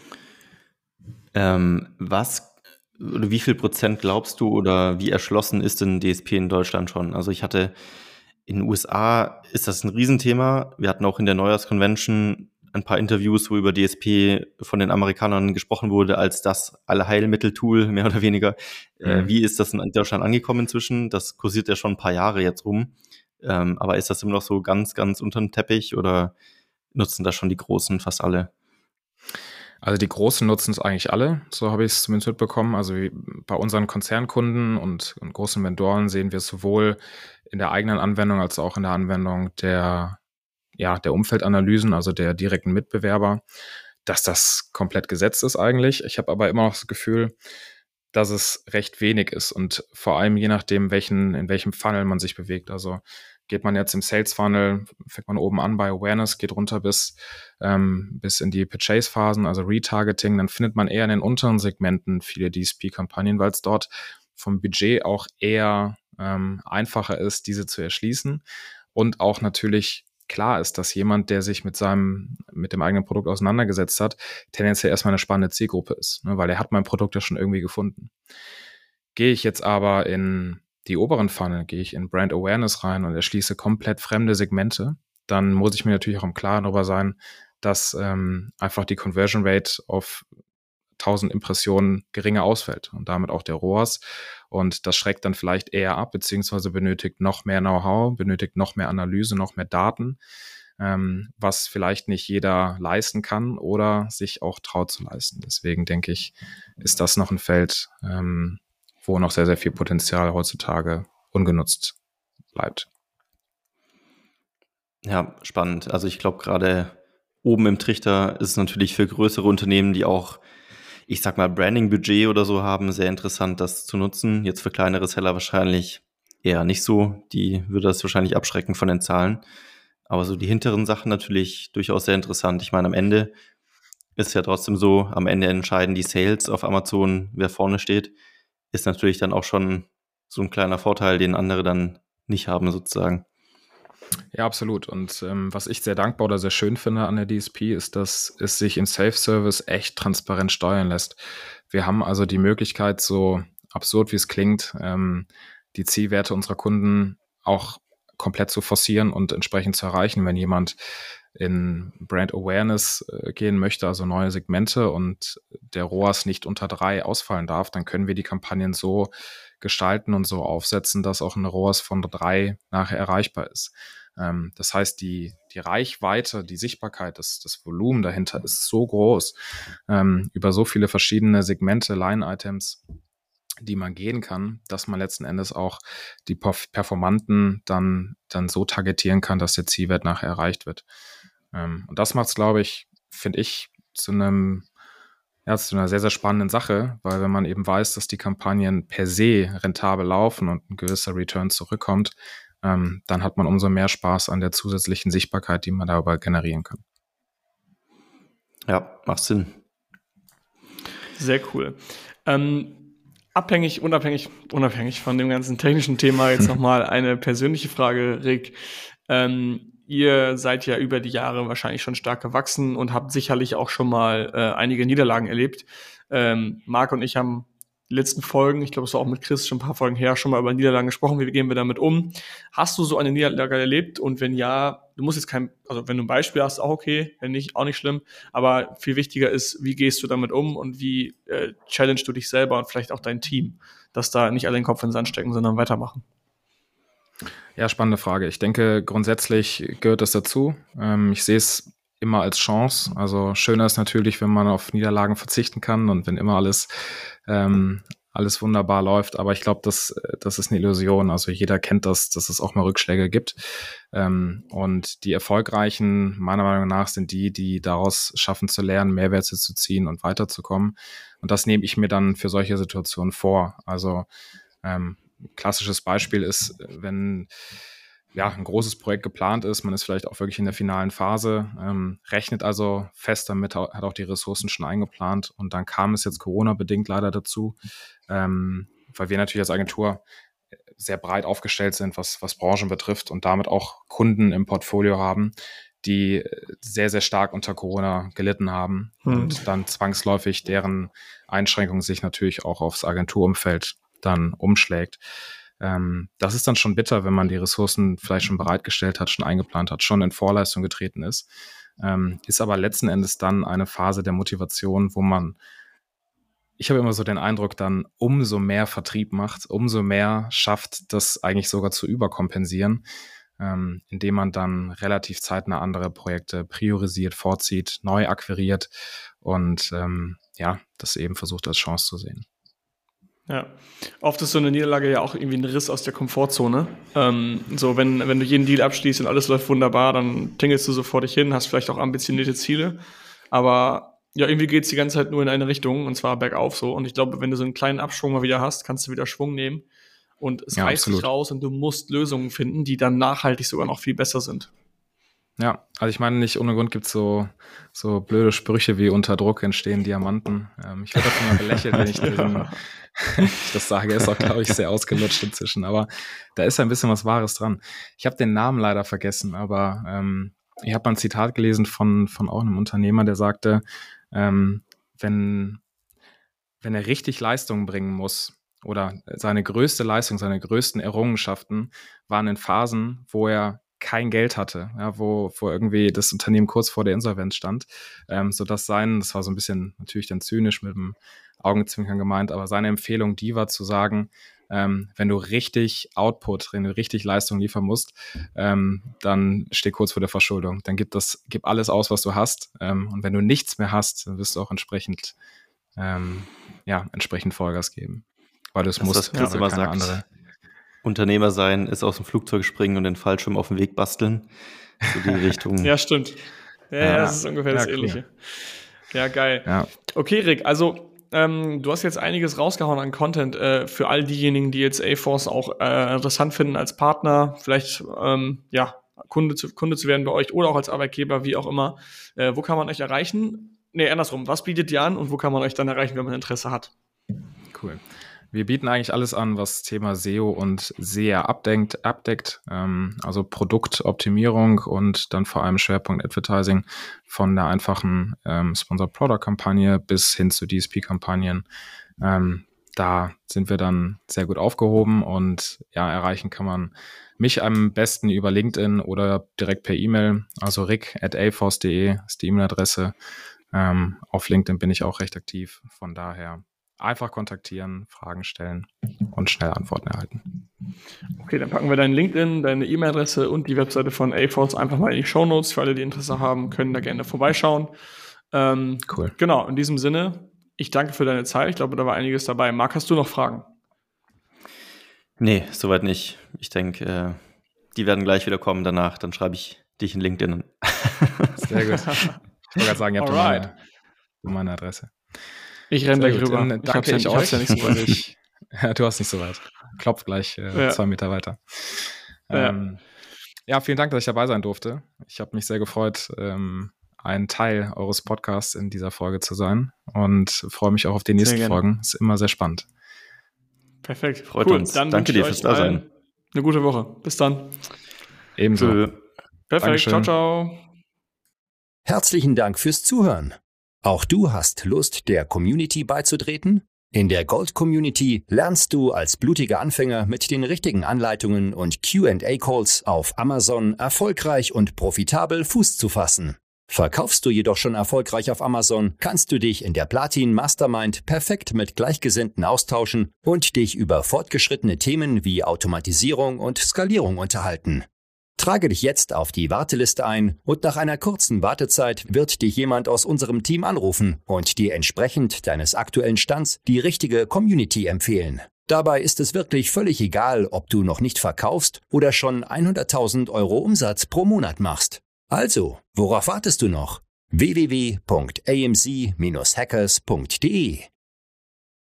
Ähm, was oder wie viel Prozent glaubst du oder wie erschlossen ist denn D S P in Deutschland schon? Also ich hatte in den U S A ist das ein Riesenthema. Wir hatten auch in der Neujahrs-Convention ein paar Interviews, wo über D S P von den Amerikanern gesprochen wurde als das Allheilmittel-Tool, mehr oder weniger. Mhm. Äh, wie ist das in Deutschland angekommen inzwischen? Das kursiert ja schon ein paar Jahre jetzt rum. Ähm, aber ist das immer noch so ganz, ganz unter dem Teppich oder nutzen das schon die Großen fast alle? Also die Großen nutzen es eigentlich alle, so habe ich es zumindest mitbekommen. Also wie bei unseren Konzernkunden und, und großen Vendoren sehen wir es sowohl in der eigenen Anwendung als auch in der Anwendung der, ja, der Umfeldanalysen, also der direkten Mitbewerber, dass das komplett gesetzt ist eigentlich. Ich habe aber immer noch das Gefühl, dass es recht wenig ist und vor allem je nachdem, welchen, in welchem Funnel man sich bewegt. Also geht man jetzt im Sales Funnel, fängt man oben an bei Awareness, geht runter bis, ähm, bis in die Purchase-Phasen, also Retargeting, dann findet man eher in den unteren Segmenten viele D S P-Kampagnen, weil es dort vom Budget auch eher ähm, einfacher ist, diese zu erschließen und auch natürlich klar ist, dass jemand, der sich mit seinem, mit dem eigenen Produkt auseinandergesetzt hat, tendenziell erstmal eine spannende Zielgruppe ist, ne, weil er hat mein Produkt ja schon irgendwie gefunden. Gehe ich jetzt aber in die oberen Funnel, gehe ich in Brand Awareness rein und erschließe komplett fremde Segmente, dann muss ich mir natürlich auch im Klaren darüber sein, dass ähm, einfach die Conversion Rate auf tausend Impressionen geringer ausfällt und damit auch der R O A S. Und das schreckt dann vielleicht eher ab, beziehungsweise benötigt noch mehr Know-how, benötigt noch mehr Analyse, noch mehr Daten, ähm, was vielleicht nicht jeder leisten kann oder sich auch traut zu leisten. Deswegen denke ich, ist das noch ein Feld, ähm, wo noch sehr, sehr viel Potenzial heutzutage ungenutzt bleibt. Ja, spannend. Also ich glaube, gerade oben im Trichter ist es natürlich für größere Unternehmen, die auch, ich sag mal, Branding-Budget oder so haben, sehr interessant, das zu nutzen. Jetzt für kleinere Seller wahrscheinlich eher nicht so. Die würde das wahrscheinlich abschrecken von den Zahlen. Aber so die hinteren Sachen natürlich durchaus sehr interessant. Ich meine, am Ende ist ja trotzdem so, am Ende entscheiden die Sales auf Amazon, wer vorne steht. Ist natürlich dann auch schon so ein kleiner Vorteil, den andere dann nicht haben sozusagen. Ja, absolut. Und ähm, was ich sehr dankbar oder sehr schön finde an der D S P, ist, dass es sich im Self-Service echt transparent steuern lässt. Wir haben also die Möglichkeit, so absurd wie es klingt, ähm, die Zielwerte unserer Kunden auch komplett zu forcieren und entsprechend zu erreichen, wenn jemand in Brand Awareness äh, gehen möchte, also neue Segmente und der R O A S nicht unter drei ausfallen darf, dann können wir die Kampagnen so gestalten und so aufsetzen, dass auch ein R O A S von drei nachher erreichbar ist. Ähm, das heißt, die, die Reichweite, die Sichtbarkeit, das, das Volumen dahinter ist so groß, ähm, über so viele verschiedene Segmente, Line-Items, die man gehen kann, dass man letzten Endes auch die Performanten dann, dann so targetieren kann, dass der Zielwert nachher erreicht wird. Ähm, und das macht es, glaube ich, finde ich, zu einem Ja, zu einer sehr, sehr spannenden Sache, weil wenn man eben weiß, dass die Kampagnen per se rentabel laufen und ein gewisser Return zurückkommt, ähm, dann hat man umso mehr Spaß an der zusätzlichen Sichtbarkeit, die man darüber generieren kann. Ja, macht Sinn. Sehr cool. Ähm, abhängig, unabhängig, unabhängig von dem ganzen technischen Thema jetzt nochmal eine persönliche Frage, Rick. Ähm, Ihr seid ja über die Jahre wahrscheinlich schon stark gewachsen und habt sicherlich auch schon mal äh, einige Niederlagen erlebt. Ähm, Marc und ich haben die letzten Folgen, ich glaube, es war auch mit Chris schon ein paar Folgen her, schon mal über Niederlagen gesprochen. Wie gehen wir damit um? Hast du so eine Niederlage erlebt? Und wenn ja, du musst jetzt kein, also wenn du ein Beispiel hast, auch okay, wenn nicht, auch nicht schlimm. Aber viel wichtiger ist, wie gehst du damit um und wie äh, challenge du dich selber und vielleicht auch dein Team, dass da nicht alle den Kopf in den Sand stecken, sondern weitermachen? Ja, spannende Frage. Ich denke, grundsätzlich gehört das dazu. Ähm, ich sehe es immer als Chance. Also schöner ist natürlich, wenn man auf Niederlagen verzichten kann und wenn immer alles, ähm, alles wunderbar läuft. Aber ich glaube, das, das ist eine Illusion. Also jeder kennt das, dass es auch mal Rückschläge gibt. Ähm, und die Erfolgreichen, meiner Meinung nach, sind die, die daraus schaffen zu lernen, Mehrwerte zu ziehen und weiterzukommen. Und das nehme ich mir dann für solche Situationen vor. Also ähm, klassisches Beispiel ist, wenn ja, ein großes Projekt geplant ist, man ist vielleicht auch wirklich in der finalen Phase, ähm, rechnet also fest damit, hat auch die Ressourcen schon eingeplant und dann kam es jetzt Corona-bedingt leider dazu, ähm, weil wir natürlich als Agentur sehr breit aufgestellt sind, was, was Branchen betrifft und damit auch Kunden im Portfolio haben, die sehr, sehr stark unter Corona gelitten haben hm. und dann zwangsläufig deren Einschränkung sich natürlich auch aufs Agenturumfeld dann umschlägt. Ähm, das ist dann schon bitter, wenn man die Ressourcen vielleicht schon bereitgestellt hat, schon eingeplant hat, schon in Vorleistung getreten ist. Ähm, ist aber letzten Endes dann eine Phase der Motivation, wo man, ich habe immer so den Eindruck, dann umso mehr Vertrieb macht, umso mehr schafft, das eigentlich sogar zu überkompensieren, ähm, indem man dann relativ zeitnah andere Projekte priorisiert, vorzieht, neu akquiriert und ähm, ja, das eben versucht als Chance zu sehen. Ja, oft ist so eine Niederlage ja auch irgendwie ein Riss aus der Komfortzone. Ähm, so, wenn, wenn du jeden Deal abschließt und alles läuft wunderbar, dann tingelst du so vor dich hin, hast vielleicht auch ambitionierte Ziele, aber ja, irgendwie geht es die ganze Zeit nur in eine Richtung und zwar bergauf so. Und ich glaube, wenn du so einen kleinen Abschwung mal wieder hast, kannst du wieder Schwung nehmen und es ja, reißt dich raus und du musst Lösungen finden, die dann nachhaltig sogar noch viel besser sind. Ja, also ich meine, nicht ohne Grund gibt es so, so blöde Sprüche wie unter Druck entstehen Diamanten. Ähm, ich werde davon mal belächelt, wenn ich, diesen, ich das sage. Ist auch, glaube ich, sehr ausgelutscht inzwischen. Aber da ist ein bisschen was Wahres dran. Ich habe den Namen leider vergessen, aber ähm, ich habe mal ein Zitat gelesen von, von auch einem Unternehmer, der sagte, ähm, wenn, wenn er richtig Leistung bringen muss oder seine größte Leistung, seine größten Errungenschaften waren in Phasen, wo er kein Geld hatte, ja, wo, wo irgendwie das Unternehmen kurz vor der Insolvenz stand, ähm, sodass sein, das war so ein bisschen natürlich dann zynisch mit dem Augenzwinkern gemeint, aber seine Empfehlung, die war zu sagen, ähm, wenn du richtig Output, wenn du richtig Leistung liefern musst, ähm, dann steh kurz vor der Verschuldung. Dann gib das, gib alles aus, was du hast, ähm, und wenn du nichts mehr hast, dann wirst du auch entsprechend, ähm, ja, entsprechend Vollgas geben, weil du es musst, was Chris immer sagt. Andere. Unternehmer sein ist aus dem Flugzeug springen und den Fallschirm auf dem Weg basteln. So die Richtung. Ja, stimmt. Ja, ja, das ist ungefähr das ja, Ähnliche. Cool. Ja, geil. Ja. Okay, Rick, also ähm, du hast jetzt einiges rausgehauen an Content äh, für all diejenigen, die jetzt A-Force auch äh, interessant finden als Partner, vielleicht ähm, ja Kunde zu, Kunde zu werden bei euch oder auch als Arbeitgeber, wie auch immer. Äh, wo kann man euch erreichen? Nee, andersrum. Was bietet ihr an und wo kann man euch dann erreichen, wenn man Interesse hat? Cool. Wir bieten eigentlich alles an, was Thema S E O und S E A abdeckt, abdeckt, ähm, also Produktoptimierung und dann vor allem Schwerpunkt Advertising von der einfachen ähm, Sponsor-Product-Kampagne bis hin zu D S P-Kampagnen. Ähm, da sind wir dann sehr gut aufgehoben und ja, erreichen kann man mich am besten über LinkedIn oder direkt per E-Mail, also rick at a force punkt de ist die E-Mail-Adresse. Ähm, auf LinkedIn bin ich auch recht aktiv, von daher einfach kontaktieren, Fragen stellen und schnell Antworten erhalten. Okay, dann packen wir deinen LinkedIn, deine E-Mail-Adresse und die Webseite von A-Force einfach mal in die Shownotes. Für alle, die Interesse haben, können da gerne vorbeischauen. Ähm, cool. Genau, in diesem Sinne, ich danke für deine Zeit. Ich glaube, da war einiges dabei. Marc, hast du noch Fragen? Nee, soweit nicht. Ich denke, äh, die werden gleich wieder kommen danach. Dann schreibe ich dich in LinkedIn an. Sehr gut. Ich wollte gerade sagen, ihr habt meine, meine Adresse. Ich renne gleich rüber. Dann danke ich, ich euch. Ja nicht so ich, ja, du hast nicht so weit. Klopf gleich äh, ja. zwei Meter weiter. Ähm, ja. ja, vielen Dank, dass ich dabei sein durfte. Ich habe mich sehr gefreut, ähm, ein Teil eures Podcasts in dieser Folge zu sein und freue mich auch auf die nächsten Folgen. Ist immer sehr spannend. Perfekt. Freut cool. uns. Dann danke dir fürs Dasein. Eine gute Woche. Bis dann. Ebenso. Tschö. Perfekt. Dankeschön. Ciao, ciao. Herzlichen Dank fürs Zuhören. Auch du hast Lust, der Community beizutreten? In der Gold Community lernst du als blutiger Anfänger mit den richtigen Anleitungen und Q and A Calls auf Amazon erfolgreich und profitabel Fuß zu fassen. Verkaufst du jedoch schon erfolgreich auf Amazon, kannst du dich in der Platin Mastermind perfekt mit Gleichgesinnten austauschen und dich über fortgeschrittene Themen wie Automatisierung und Skalierung unterhalten. Trage dich jetzt auf die Warteliste ein und nach einer kurzen Wartezeit wird dich jemand aus unserem Team anrufen und dir entsprechend deines aktuellen Stands die richtige Community empfehlen. Dabei ist es wirklich völlig egal, ob du noch nicht verkaufst oder schon hunderttausend Euro Umsatz pro Monat machst. Also, worauf wartest du noch? w w w punkt a m z dash hackers punkt de